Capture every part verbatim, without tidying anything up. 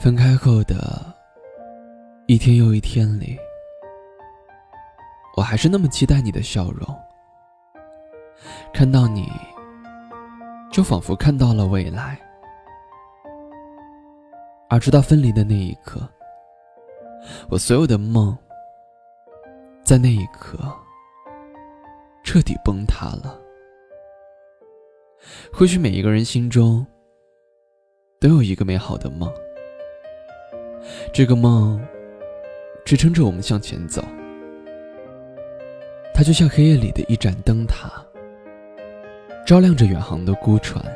分开后的一天又一天里，我还是那么期待你的笑容，看到你就仿佛看到了未来。而直到分离的那一刻，我所有的梦在那一刻彻底崩塌了。或许每一个人心中都有一个美好的梦，这个梦支撑着我们向前走，它就像黑夜里的一盏灯塔，照亮着远航的孤船。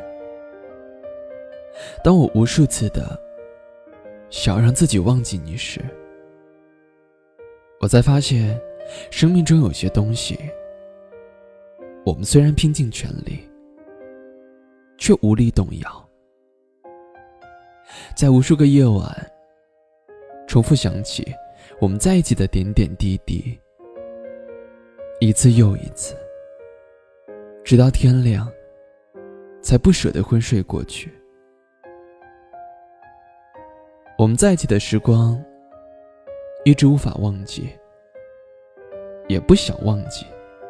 当我无数次的想要让自己忘记你时，我才发现生命中有些东西，我们虽然拼尽全力，却无力动摇。在无数个夜晚重复想起我们在一起的点点滴滴，一次又一次，直到天亮才不舍得昏睡过去。我们在一起的时光一直无法忘记，也不想忘记。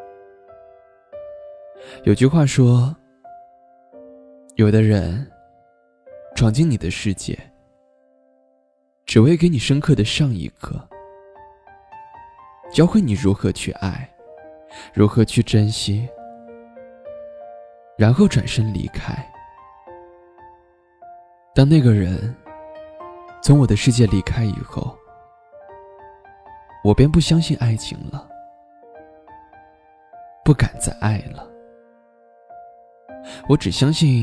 有句话说，有的人闯进你的世界，只为给你深刻的上一课，教会你如何去爱，如何去珍惜，然后转身离开。当那个人从我的世界离开以后，我便不相信爱情了，不敢再爱了。我只相信